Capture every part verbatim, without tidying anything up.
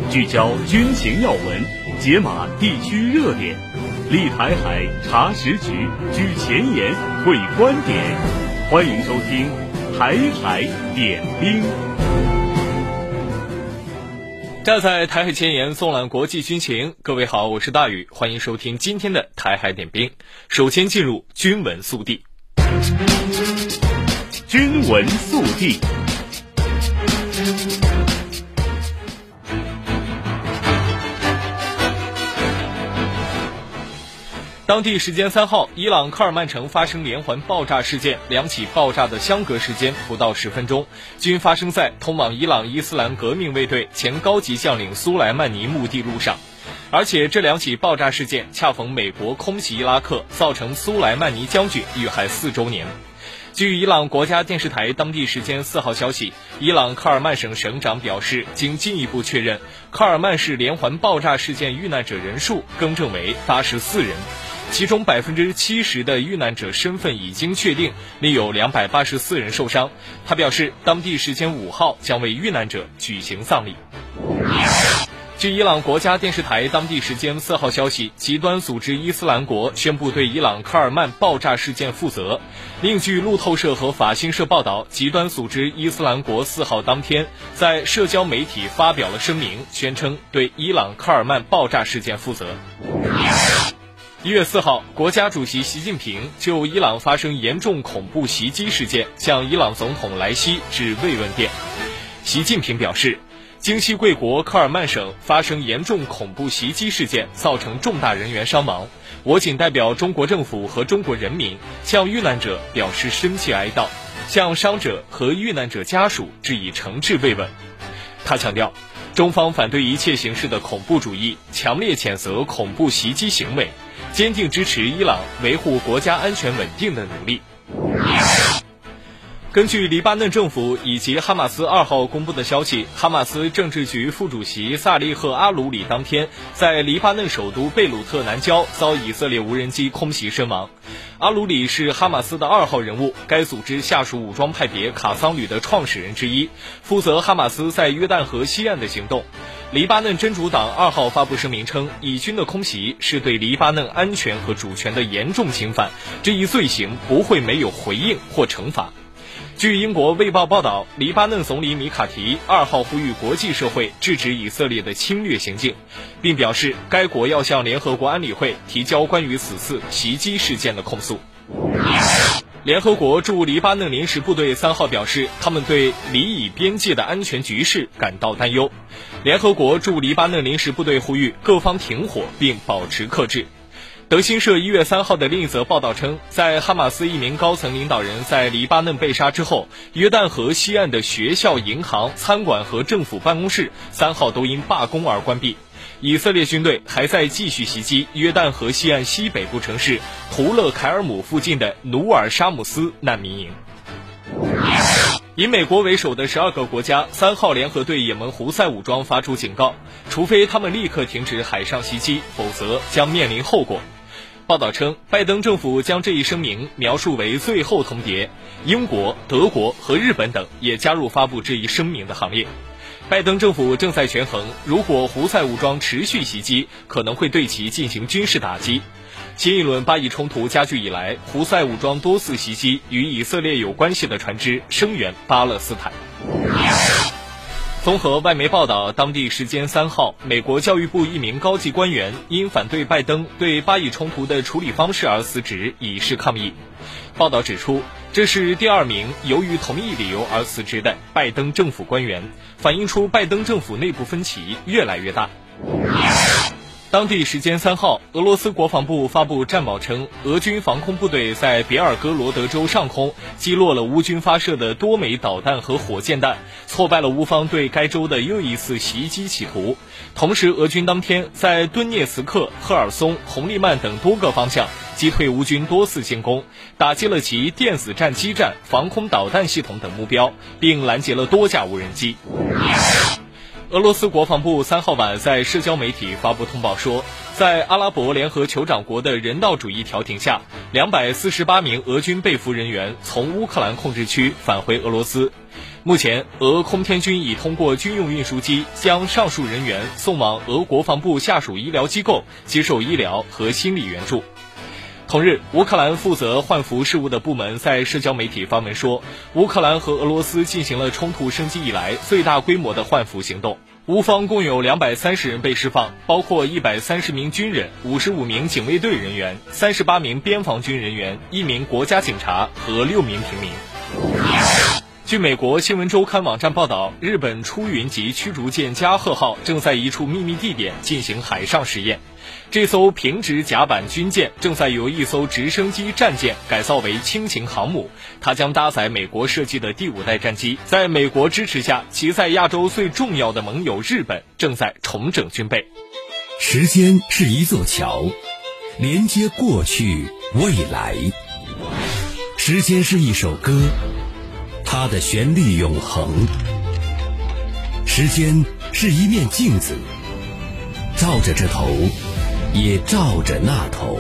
聚焦军情要闻，解码地区热点，立台海查实局，居前沿会观点。欢迎收听台海点兵。 站在台海前沿纵览国际军情，各位好，我是大宇，欢迎收听今天的台海点兵。首先进入军文速递。 军文速递。 当地时间三号，伊朗科尔曼城发生连环爆炸事件，两起爆炸的相隔时间不到十分钟，均发生在通往伊朗伊斯兰革命卫队前高级将领苏莱曼尼墓地路上。而且这两起爆炸事件恰逢美国空袭伊拉克，造成苏莱曼尼将军遇害四周年。据伊朗国家电视台当地时间四号消息，伊朗科尔曼省省长表示，经进一步确认，科尔曼市连环爆炸事件遇难者人数更正为八十四人，其中 百分之七十 的遇难者身份已经确定，另有两百八十四人受伤。他表示，当地时间五号将为遇难者举行葬礼。据伊朗国家电视台当地时间四号消息，极端组织伊斯兰国宣布对伊朗科尔曼爆炸事件负责。另据路透社和法新社报道，极端组织伊斯兰国四号当天在社交媒体发表了声明，宣称对伊朗科尔曼爆炸事件负责。一月四号，国家主席习近平就伊朗发生严重恐怖袭击事件向伊朗总统莱西致慰问电。习近平表示，京西贵国科尔曼省发生严重恐怖袭击事件，造成重大人员伤亡，我谨代表中国政府和中国人民向遇难者表示深切哀悼，向伤者和遇难者家属致以诚挚慰问。他强调，中方反对一切形式的恐怖主义，强烈谴责恐怖袭击行为，坚定支持伊朗维护国家安全稳定的努力。根据黎巴嫩政府以及哈马斯二号公布的消息，哈马斯政治局副主席萨利赫·阿鲁里当天在黎巴嫩首都贝鲁特南郊遭以色列无人机空袭身亡。阿鲁里是哈马斯的二号人物，该组织下属武装派别卡桑旅的创始人之一，负责哈马斯在约旦河西岸的行动。黎巴嫩真主党二号发布声明称，以军的空袭是对黎巴嫩安全和主权的严重侵犯，这一罪行不会没有回应或惩罚。据英国《卫报》报道，黎巴嫩总理米卡提二号呼吁国际社会制止以色列的侵略行径，并表示该国要向联合国安理会提交关于此次袭击事件的控诉。联合国驻黎巴嫩临时部队三号表示，他们对黎以边界的安全局势感到担忧。联合国驻黎巴嫩临时部队呼吁各方停火并保持克制。德新社一月三号的另一则报道称，在哈马斯一名高层领导人在黎巴嫩被杀之后，约旦河西岸的学校、银行、餐馆和政府办公室三号都因罢工而关闭。以色列军队还在继续袭击约旦河西岸西北部城市图勒凯尔姆附近的努尔沙姆斯难民营。以美国为首的十二个国家三号联合对也门胡塞武装发出警告，除非他们立刻停止海上袭击，否则将面临后果。报道称，拜登政府将这一声明描述为最后通牒，英国、德国和日本等也加入发布这一声明的行列。拜登政府正在权衡，如果胡塞武装持续袭击，可能会对其进行军事打击。新一轮巴以冲突加剧以来，胡塞武装多次袭击与以色列有关系的船只，声援巴勒斯坦。综合外媒报道，当地时间三号，美国教育部一名高级官员因反对拜登对巴以冲突的处理方式而辞职，以示抗议。报道指出，这是第二名由于同一理由而辞职的拜登政府官员，反映出拜登政府内部分歧越来越大。当地时间三号，俄罗斯国防部发布战报称，俄军防空部队在别尔哥罗德州上空击落了乌军发射的多枚导弹和火箭弹，挫败了乌方对该州的又一次袭击企图。同时，俄军当天在顿涅茨克、赫尔松、红利曼等多个方向击退乌军多次进攻，打击了其电子战基站、防空导弹系统等目标，并拦截了多架无人机。 俄罗斯国防部三号晚在社交媒体发布通报说，在阿拉伯联合酋长国的人道主义调停下，两百四十八名俄军被俘人员从乌克兰控制区返回俄罗斯。目前，俄空天军已通过军用运输机将上述人员送往俄国防部下属医疗机构接受医疗和心理援助。同日，乌克兰负责换俘事务的部门在社交媒体发文说，乌克兰和俄罗斯进行了冲突升级以来最大规模的换俘行动。乌方共有两百三十人被释放，包括一百三十名军人、五十五名警卫队人员、三十八名边防军人员、一名国家警察和六名平民。据美国新闻周刊网站报道，日本出云级驱逐舰加贺号正在一处秘密地点进行海上实验。这艘平直甲板军舰正在由一艘直升机战舰改造为轻型航母，它将搭载美国设计的第五代战机。在美国支持下，其在亚洲最重要的盟友日本正在重整军备。 时间是一座桥，连接过去未来。时间是一首歌，它的旋律永恒。时间是一面镜子，照着这头也照着那头。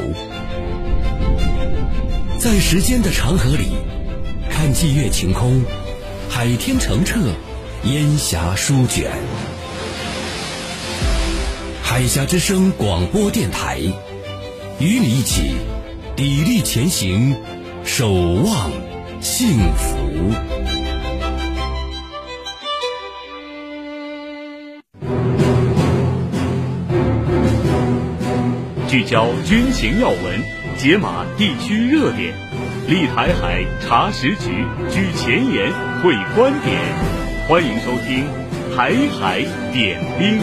在时间的长河里，看霁月晴空，海天澄澈，烟霞舒卷。海峡之声广播电台，与你一起砥砺前行，守望幸福。 聚焦军情要闻，解码地区热点，立台海查实局，居前沿会观点。欢迎收听台海点兵。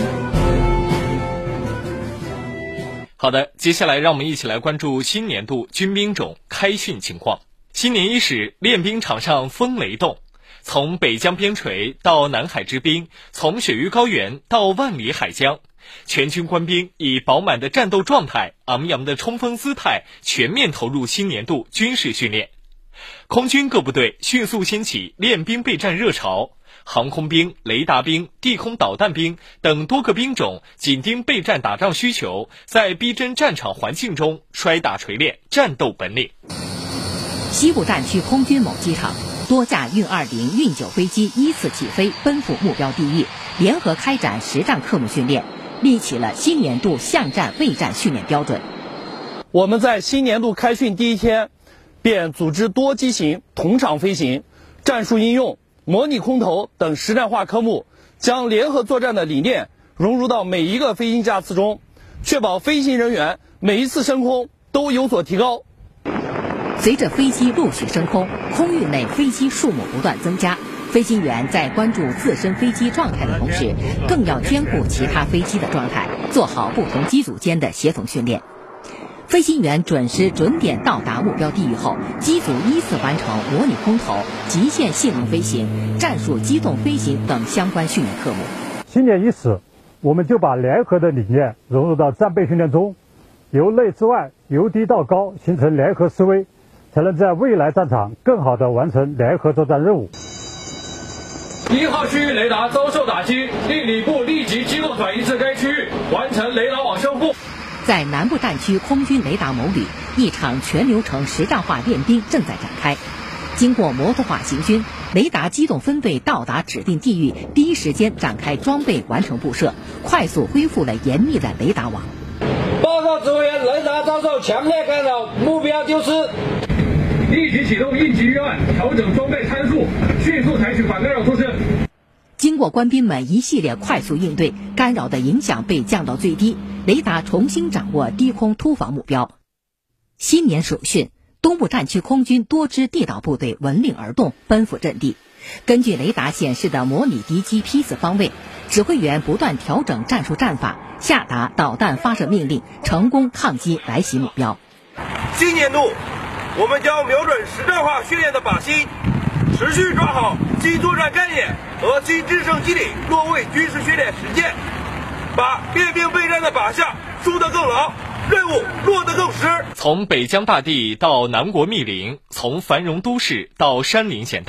好的，接下来让我们一起来关注新年度军兵种开训情况。新年伊始，练兵场上风雷动，从北疆边陲到南海之滨，从雪域高原到万里海疆，全军官兵以饱满的战斗状态、昂扬的冲锋姿态，全面投入新年度军事训练。空军各部队迅速掀起练兵备战热潮，航空兵、雷达兵、地空导弹兵等多个兵种紧盯备战打仗需求，在逼真战场环境中摔打锤炼战斗本领。 西部战区空军某机场，多架运二零、运九飞机依次起飞，奔赴目标地域，联合开展实战科目训练，立起了新年度巷战卫战训练标准。 我们在新年度开训第一天，便组织多机型同场飞行、战术应用、模拟空投等实战化科目，将联合作战的理念融入到每一个飞行架次中，确保飞行人员每一次升空都有所提高。 随着飞机陆续升空，空域内飞机数目不断增加，飞行员在关注自身飞机状态的同时，更要兼顾其他飞机的状态，做好不同机组间的协同训练。飞行员准时准点到达目标地域后，机组依次完成模拟空投、极限性能飞行、战术机动飞行等相关训练科目。 新年伊始，我们就把联合的理念融入到战备训练中，由内至外，由低到高，形成联合思维，才能在未来战场更好地完成联合作战任务。 一号区域雷达遭受打击，令礼部立即机动转移至该区域，完成雷达网修复。 在南部战区空军雷达某旅，一场全流程实战化练兵正在展开。经过摩托化行军，雷达机动分队到达指定地域，第一时间展开装备，完成布设，快速恢复了严密的雷达网。 报告指挥员，雷达遭受强烈干扰，目标丢失。 立即启动应急预案，调整装备参数，迅速采取反干扰措施。 经过官兵们一系列快速应对，干扰的影响被降到最低，雷达重新掌握低空突防目标。新年首训，东部战区空军多支地导部队闻令而动，奔赴阵地。根据雷达显示的模拟敌机批次方位，指挥员不断调整战术战法，下达导弹发射命令，成功抗击来袭目标。 新年度，我们将瞄准实战化训练的靶心，持续抓好机作战概念和机制胜机理落位军事训练实践，把练兵备战的靶向输得更牢，任务落得更实。 从北疆大地到南国密林，从繁荣都市到山林险滩，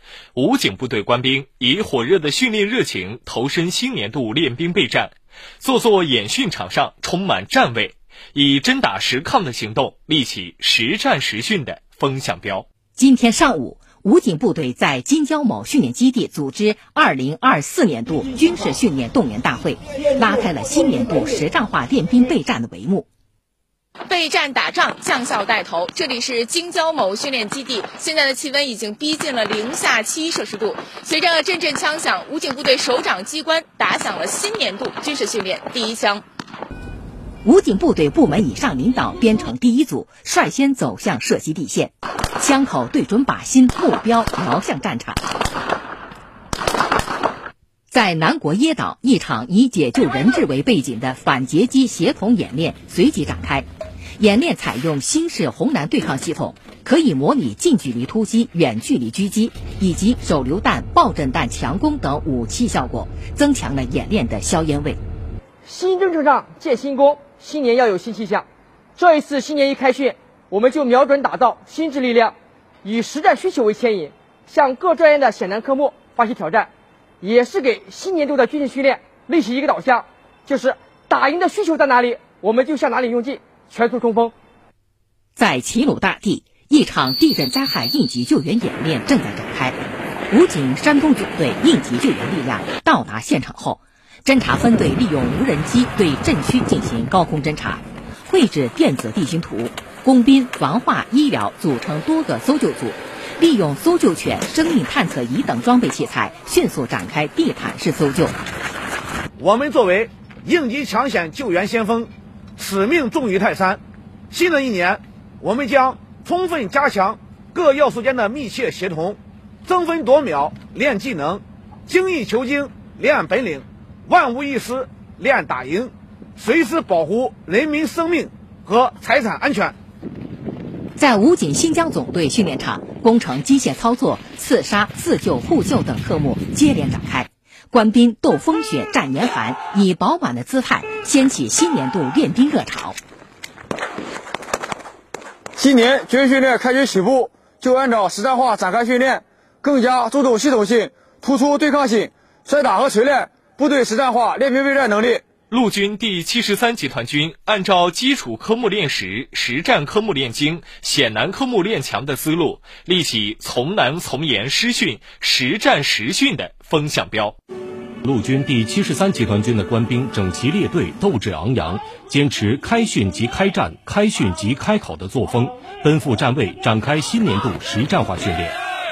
武警部队官兵以火热的训练热情投身新年度练兵备战，座座演训场上充满战味，以真打实抗的行动立起实战实训的风向标。 今天上午，武警部队在金郊某训练基地组织二零二四年度军事训练动员大会，拉开了新年度实战化练兵备战的帷幕。 备战打仗，将校带头。这里是京郊某训练基地，现在的气温已经逼近了零下七摄氏度。随着阵阵枪响，武警部队首长机关打响了新年度军事训练第一枪。 武警部队部门以上领导编成第一组，率先走向射击地线，枪口对准靶心，目标瞄向战场。在南国耶岛，一场以解救人质为背景的反截击协同演练随即展开。演练采用新式红蓝对抗系统，可以模拟近距离突击、远距离狙击以及手榴弹、爆震弹强攻等武器效果，增强了演练的硝烟味。 新征程上见新功，新年要有新气象。这一次新年一开训，我们就瞄准打造新质力量，以实战需求为牵引，向各专业的险难科目发起挑战，也是给新年度的军事训练立起一个导向，就是打赢的需求在哪里，我们就向哪里用劲，全速冲锋。 在齐鲁大地，一场地震灾害应急救援演练正在展开。武警山东总队应急救援力量到达现场后，侦察分队利用无人机对震区进行高空侦察，绘制电子地形图。工兵、文化、医疗组成多个搜救组，利用搜救犬、生命探测仪等装备器材，迅速展开地毯式搜救。 我们作为应急抢险救援先锋，使命重于泰山。新的一年，我们将充分加强各要素间的密切协同，争分夺秒练技能，精益求精练本领，万无一失练打赢，随时保护人民生命和财产安全。 在武警新疆总队训练场，工程机械操作、刺杀、自救、互救等科目接连展开。官兵斗风雪、战严寒，以饱满的姿态掀起新年度练兵热潮。 新年军事训练开学起步，就按照实战化展开训练，更加注重系统性，突出对抗性，摔打和锤炼部队实战化练兵备战能力。 陆军第七十三集团军按照基础科目练实、实战科目练精、险难科目练强的思路，立起从难从严师训、实战实训的风向标。 陆军第七十三集团军的官兵整齐列队，斗志昂扬，坚持开训即开战、开训即开考的作风，奔赴战位，展开新年度实战化训练。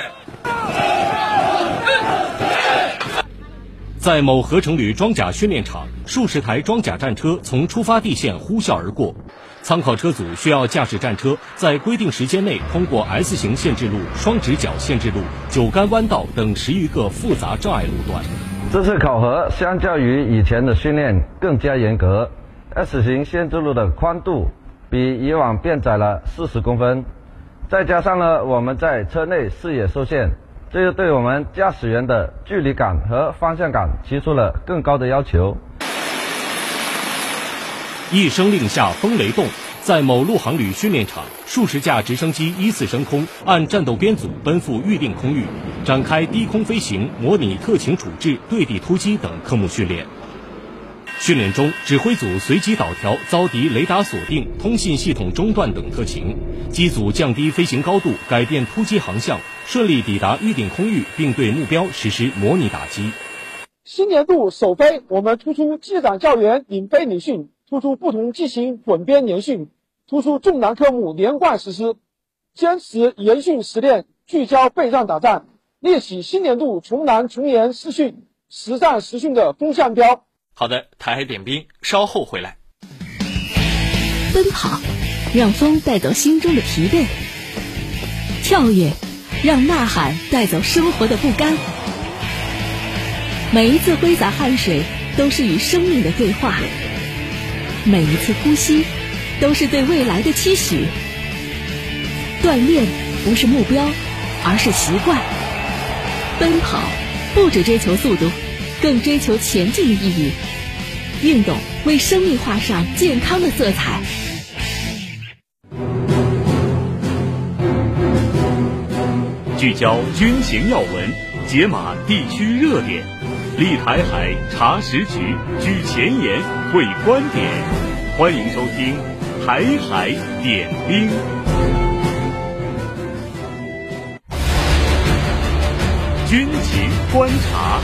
在某合成旅装甲训练场，数十台装甲战车从出发地线呼啸而过，参考车组需要驾驶战车在规定时间内通过 S 型限制路、双直角限制路、九干弯道等十余个复杂障碍路段。 这次考核相较于以前的训练更加严格 ，S 型限制路的宽度比以往变窄了四十公分，再加上了我们在车内视野受限。这就对我们驾驶员的距离感和方向感提出了更高的要求。 一声令下，风雷动，在某陆航旅训练场，数十架直升机依次升空，按战斗编组奔赴预定空域，展开低空飞行、模拟特情处置、对地突击等科目训练。训练中，指挥组随机导调遭敌雷达锁定、通信系统中断等特情，机组降低飞行高度，改变突击航向，顺利抵达预定空域，并对目标实施模拟打击。 新年度首飞，我们突出机长教员领飞领训，突出不同机型混编联训，突出重难科目连贯实施，坚持严训实练，聚焦备战打仗，列起新年度从难从严师训、实战实训的风向标。 好的，台海点兵，稍后回来。 奔跑，让风带走心中的疲惫；跳跃，让呐喊带走生活的不甘。每一次挥洒汗水，都是与生命的对话；每一次呼吸，都是对未来的期许。锻炼不是目标，而是习惯。奔跑不只追求速度，更追求前进的意义。运动为生命画上健康的色彩。 聚焦军情要闻，解码地区热点，立台海查实局，居前沿会观点。欢迎收听台海点兵。军情观察。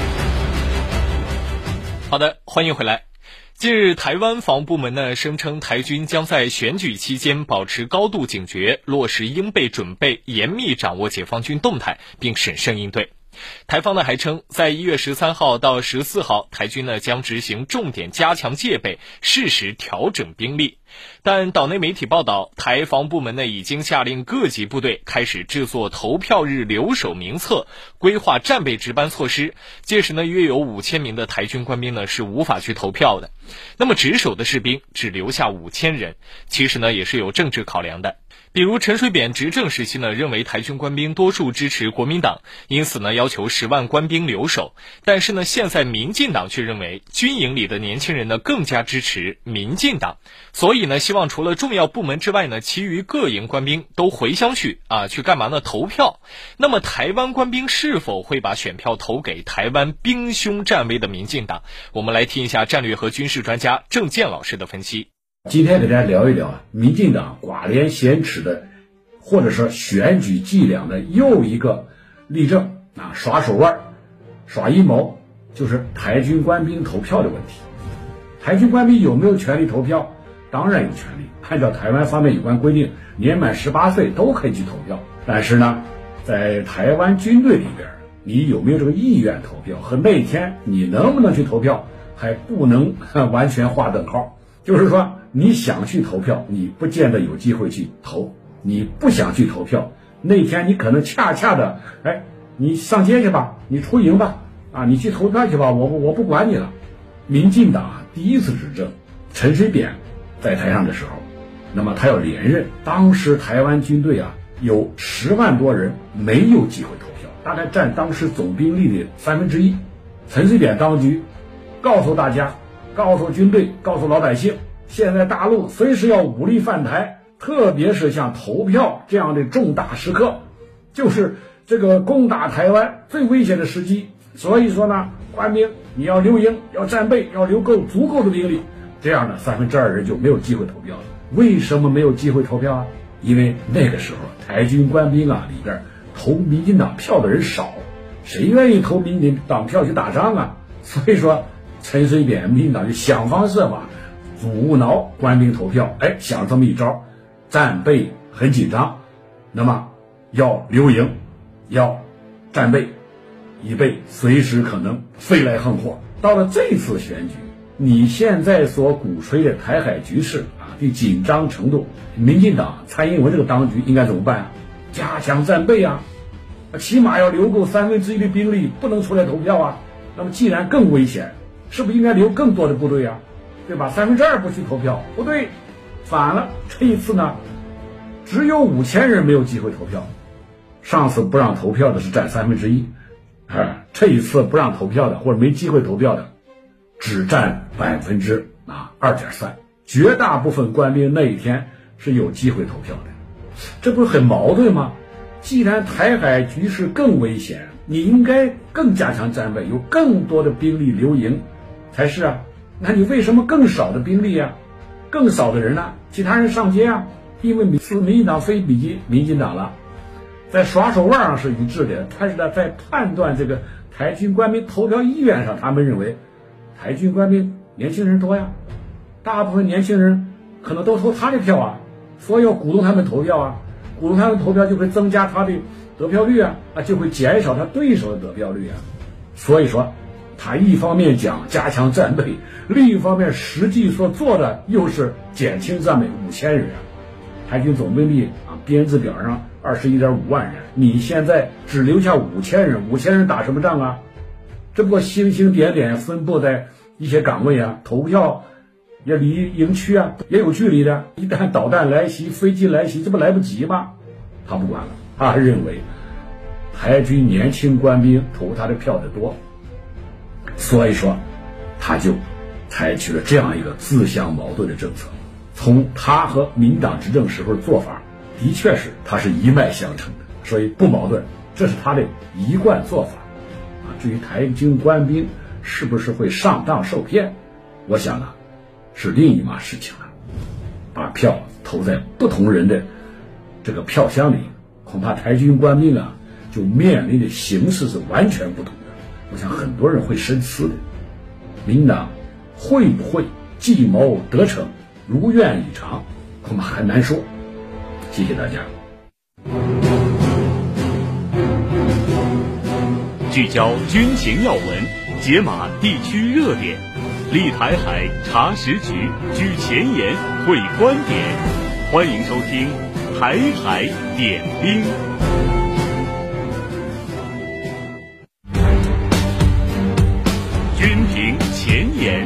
好的，欢迎回来。近日，台湾防务部门呢声称，台军将在选举期间保持高度警觉，落实应备准备，严密掌握解放军动态，并审慎应对。台方呢还称，在一月十三号到十四号，台军呢将执行重点加强戒备，适时调整兵力。但岛内媒体报道，台防部门呢已经下令各级部队开始制作投票日留守名册，规划战备值班措施。届时呢，约有五千名的台军官兵呢是无法去投票的。那么值守的士兵只留下五千人，其实呢也是有政治考量的。比如陈水扁执政时期呢，认为台军官兵多数支持国民党，因此呢要求十万官兵留守。但是呢，现在民进党却认为军营里的年轻人呢更加支持民进党，所以呢希望除了重要部门之外呢，其余各营官兵都回乡去啊，去干嘛呢？投票。那么台湾官兵是否会把选票投给台湾兵凶战危的民进党？我们来听一下战略和军事专家郑健老师的分析。 今天给大家聊一聊啊，民进党寡廉鲜耻的，或者说选举伎俩的又一个例证啊，耍手腕、耍阴谋，就是台军官兵投票的问题。台军官兵有没有权利投票？当然有权利，按照台湾方面有关规定，年满十八岁都可以去投票。但是呢，在台湾军队里边，你有没有这个意愿投票和那天你能不能去投票还不能完全划等号。就是说，你想去投票，你不见得有机会去投；你不想去投票，那天你可能恰恰的，哎，你上街去吧，你出营吧，啊，你去投票去吧，我我不管你了。民进党啊，第一次执政，陈水扁在台上的时候，那么他要连任，当时台湾军队啊有十万多人没有机会投票，大概占当时总兵力的三分之一。陈水扁当局告诉大家，告诉军队，告诉老百姓，现在大陆随时要武力犯台，特别是像投票这样的重大时刻，就是这个攻打台湾最危险的时机。所以说呢，官兵你要留营，要战备，要留够足够的兵力，这样呢三分之二人就没有机会投票了。为什么没有机会投票啊？因为那个时候台军官兵啊里边投民进党票的人少，谁愿意投民进党票去打仗啊？所以说陈水扁民进党就想方设法阻挠官兵投票，哎，想这么一招，战备很紧张，那么要留营，要战备，以备随时可能飞来横祸。到了这次选举，你现在所鼓吹的台海局势啊的紧张程度，民进党蔡英文这个当局应该怎么办啊？加强战备啊，起码要留够三分之一的兵力，不能出来投票啊。那么既然更危险，是不是应该留更多的部队啊？对吧？三分之二不去投票，不对，反了。这一次呢，只有五千人没有机会投票。上次不让投票的是占三分之一，啊，这一次不让投票的或者没机会投票的，只占百分之啊二点三。绝大部分官兵那一天是有机会投票的，这不是很矛盾吗？既然台海局势更危险，你应该更加强战备，有更多的兵力留营才是啊。那你为什么更少的兵力啊，更少的人呢？其他人上街啊，因为民进党非比及民进党了，在耍手腕上是一致的，但是呢，在判断这个台军官兵投票意愿上，他们认为台军官兵年轻人多呀，大部分年轻人可能都投他的票啊，所以要鼓动他们投票啊，鼓动他们投票就会增加他的得票率啊，啊就会减少他对手的得票率啊，所以说。他一方面讲加强战备，另一方面实际所做的又是减轻战备五千人，台军总兵力啊编制表上二十一点五万人，你现在只留下五千人，五千人打什么仗啊？这不过星星点点分布在一些岗位啊，投票也离营区啊也有距离的，一旦导弹来袭、飞机来袭，这不来不及吗？他不管了，他认为台军年轻官兵投他的票的多。所以说，他就采取了这样一个自相矛盾的政策。从他和民党执政时候的做法，的确是他是一脉相承的，所以不矛盾。 这是他的一贯做法啊。至于台军官兵是不是会上当受骗，我想啊，是另一码事情了。把票投在不同人的这个票箱里，恐怕台军官兵啊就面临的形势是完全不同的。我想很多人会深思的，民进党会不会计谋得逞，如愿以偿，恐怕很难说。谢谢大家。 聚焦军情要闻，解码地区热点，立台海查实局，居前沿会观点。欢迎收听台海点兵。军评前沿，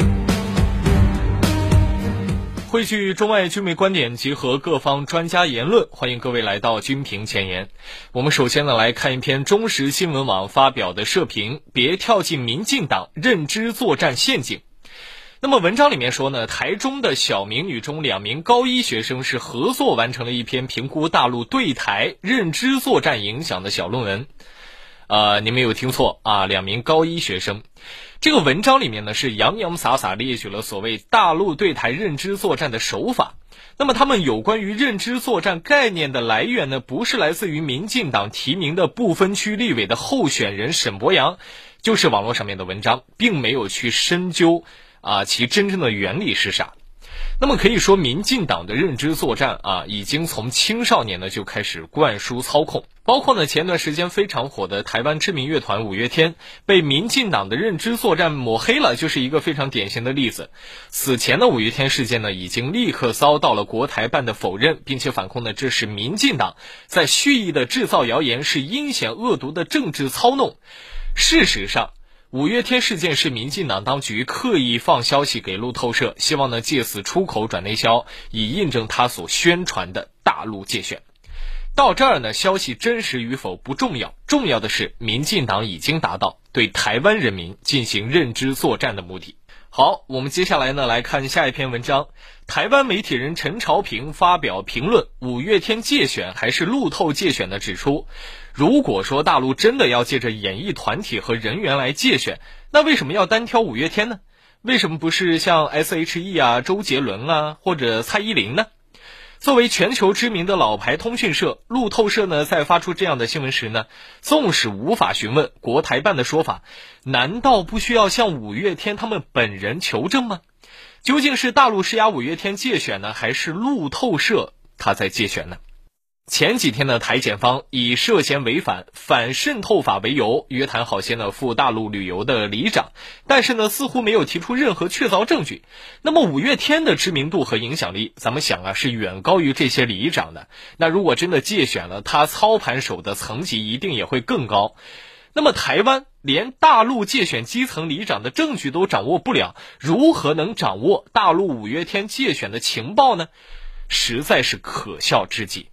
汇聚中外军媒观点，结合各方专家言论，欢迎各位来到军评前沿。我们首先呢来看一篇中时新闻网发表的社评，别跳进民进党认知作战陷阱。那么文章里面说呢，台中的小明女中两名高一学生是合作完成了一篇评估大陆对台认知作战影响的小论文。呃，你没有听错啊，两名高一学生。这个文章里面呢是洋洋洒洒列举了所谓大陆对台认知作战的手法。那么他们有关于认知作战概念的来源呢，不是来自于民进党提名的不分区立委的候选人沈伯洋，就是网络上面的文章，并没有去深究啊其真正的原理是啥。那么可以说民进党的认知作战啊，已经从青少年呢就开始灌输操控，包括呢前段时间非常火的台湾知名乐团五月天被民进党的认知作战抹黑了，就是一个非常典型的例子。此前的五月天事件呢，已经立刻遭到了国台办的否认，并且反控呢这是民进党在蓄意的制造谣言，是阴险恶毒的政治操弄。事实上五月天事件是民进党当局刻意放消息给路透社，希望呢借此出口转内销，以印证他所宣传的大陆界选。到这儿呢，消息真实与否不重要，重要的是民进党已经达到对台湾人民进行认知作战的目的。好，我们接下来呢来看下一篇文章。台湾媒体人陈朝平发表评论，五月天界选还是路透界选的指出，如果说大陆真的要借着演艺团体和人员来界选，那为什么要单挑五月天呢？为什么不是像 S H E 啊、周杰伦啊或者蔡依林呢？作为全球知名的老牌通讯社，路透社呢在发出这样的新闻时呢，纵使无法询问国台办的说法，难道不需要向五月天他们本人求证吗？究竟是大陆施压五月天界选呢，还是路透社他在界选呢？前几天呢，台检方以涉嫌违反反渗透法为由，约谈好些呢赴大陆旅游的里长，但是呢，似乎没有提出任何确凿证据。那么五月天的知名度和影响力，咱们想啊，是远高于这些里长的。那如果真的界选了，他操盘手的层级一定也会更高。那么台湾连大陆界选基层里长的证据都掌握不了，如何能掌握大陆五月天界选的情报呢？实在是可笑之极。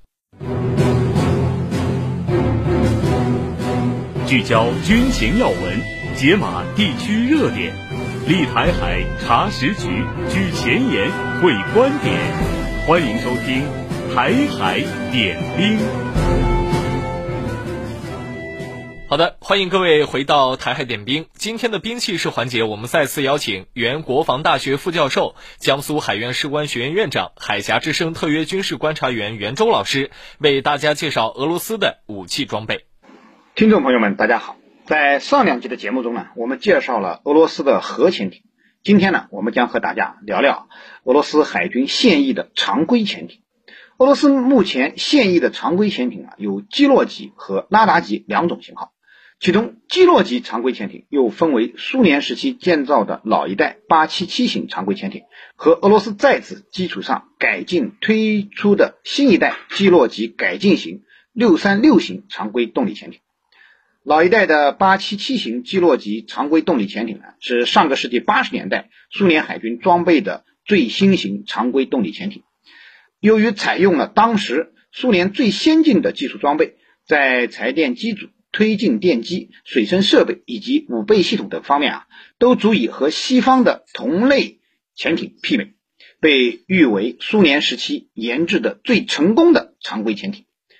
聚焦军情要闻，解码地区热点，立台海查实局，居前沿会观点。欢迎收听台海点兵。 好的，欢迎各位回到台海点兵。今天的兵器室环节，我们再次邀请原国防大学副教授、江苏海院士官学院院长、海峡之声特约军事观察员袁周老师，为大家介绍俄罗斯的武器装备。 听众朋友们，大家好。在上两集的节目中呢，我们介绍了俄罗斯的核潜艇。今天呢，我们将和大家聊聊俄罗斯海军现役的常规潜艇。俄罗斯目前现役的常规潜艇啊，有基洛级和拉达级两种型号。其中基洛级常规潜艇又分为苏联时期建造的老一代八七七型常规潜艇和俄罗斯在此基础上改进推出的新一代基洛级改进型六三六型常规动力潜艇。老一代的八七七型基洛级常规动力潜艇呢，是上个世纪八十年代苏联海军装备的最新型常规动力潜艇。由于采用了当时苏联最先进的技术装备，在柴电机组、推进电机、水深设备以及武备系统等方面啊，都足以和西方的同类潜艇媲美，被誉为苏联时期研制的最成功的常规潜艇。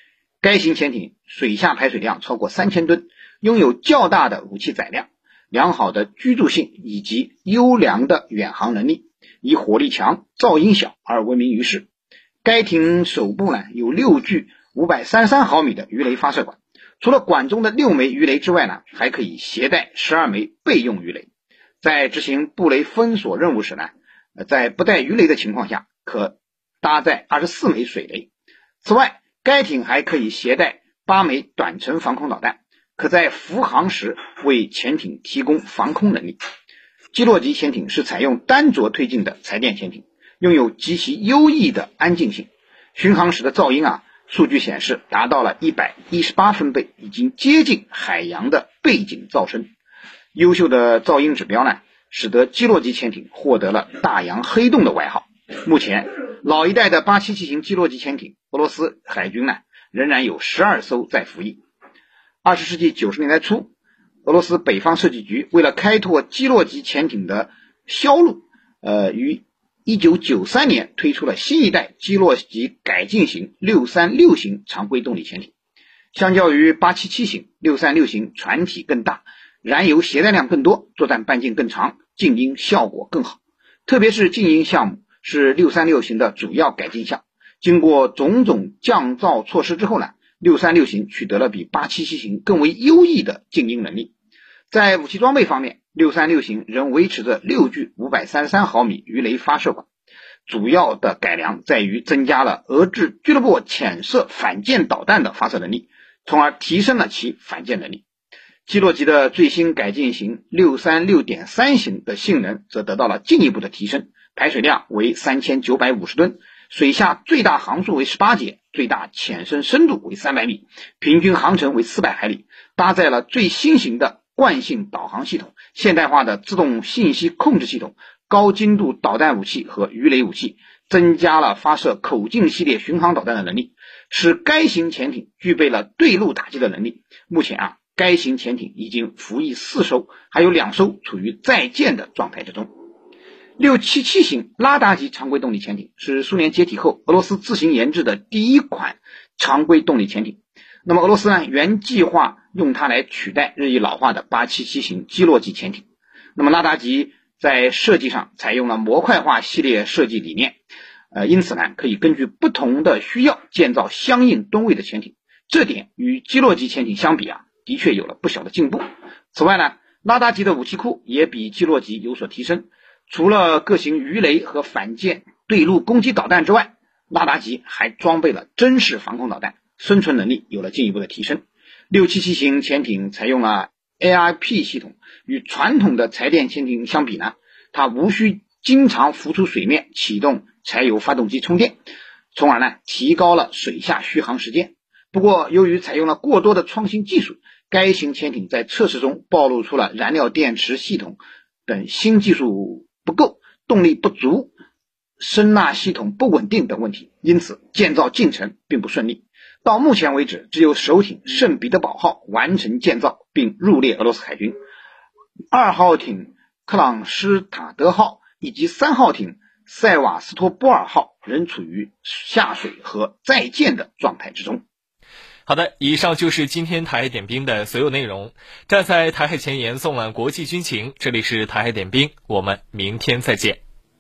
该型潜艇水下排水量超过三千吨，拥有较大的武器载量、良好的居住性以及优良的远航能力，以火力强、噪音小而闻名于世。该艇首部呢有六具五百三十三毫米的鱼雷发射管，除了管中的六枚鱼雷之外呢，还可以携带十二枚备用鱼雷。在执行布雷封锁任务时呢，在不带鱼雷的情况下，可搭载二十四枚水雷。此外，该艇还可以携带八枚短程防空导弹，可在浮航时为潜艇提供防空能力。基洛级潜艇是采用单着推进的柴电潜艇，拥有极其优异的安静性，巡航时的噪音啊，数据显示达到了一百一十八分贝，已经接近海洋的背景噪声。优秀的噪音指标呢，使得基洛级潜艇获得了大洋黑洞的外号。目前老一代的八七七型基洛级潜艇，俄罗斯海军呢仍然有十二艘在服役。二十世纪九十年代初，俄罗斯北方设计局为了开拓基洛级潜艇的销路，呃，于一九九三年推出了新一代基洛级改进型六三六型常规动力潜艇。相较于八七七型，六三六型船体更大，燃油携带量更多，作战半径更长，静音效果更好。特别是静音项目是六三六型的主要改进项。经过种种降噪措施之后呢，六三六型取得了比八七七型更为优异的静音能力。在武器装备方面，六三六型仍维持着六具五百三十三毫米鱼雷发射管，主要的改良在于增加了俄制俱乐部潜射反舰导弹的发射能力，从而提升了其反舰能力。基洛级的最新改进型 六三六点三 型的性能则得到了进一步的提升，排水量为三千九百五十吨，水下最大航速为十八节，最大潜深深度为三百米，平均航程为四百海里，搭载了最新型的惯性导航系统、现代化的自动信息控制系统、高精度导弹武器和鱼雷武器，增加了发射口径系列巡航导弹的能力，使该型潜艇具备了对陆打击的能力。目前啊，该型潜艇已经服役四艘，还有两艘处于在建的状态之中。六七七型拉达级常规动力潜艇是苏联解体后俄罗斯自行研制的第一款常规动力潜艇。那么俄罗斯呢，原计划用它来取代日益老化的八七七型基洛级潜艇。那么拉达级在设计上采用了模块化系列设计理念，呃，因此呢，可以根据不同的需要建造相应吨位的潜艇。这点与基洛级潜艇相比啊，的确有了不小的进步。此外呢，拉达级的武器库也比基洛级有所提升。除了各型鱼雷和反舰对陆攻击导弹之外，拉达级还装备了针式防空导弹，生存能力有了进一步的提升。六七七型潜艇采用了 A I P 系统，与传统的柴电潜艇相比呢，它无需经常浮出水面启动柴油发动机充电，从而呢提高了水下续航时间。不过由于采用了过多的创新技术，该型潜艇在测试中暴露出了燃料电池系统等新技术不够、动力不足、声纳系统不稳定等问题，因此建造进程并不顺利。到目前为止，只有首艇圣彼得堡号完成建造并入列俄罗斯海军，二号艇克朗施塔德号以及三号艇塞瓦斯托波尔号仍处于下水和在建的状态之中。 好的，以上就是今天台海点兵的所有内容。站在台海前沿纵览国际军情，这里是台海点兵，我们明天再见。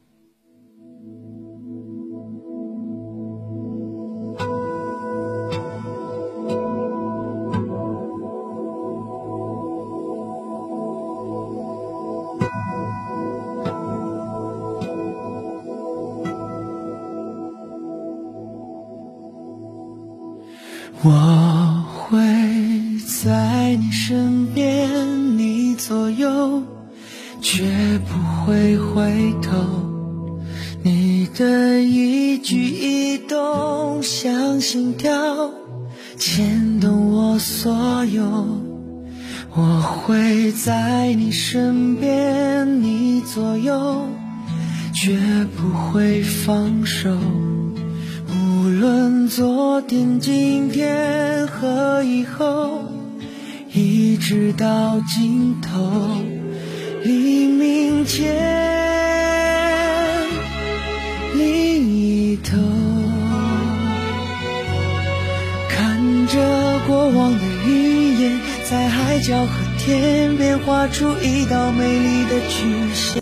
我会在你身边，你左右，绝不会回头。你的一举一动像心跳，牵动我所有。我会在你身边，你左右，绝不会放手。无论昨天、今天和以后，一直到尽头，黎明前另一头，看着过往的云烟，在海角和天边画出一道美丽的曲线。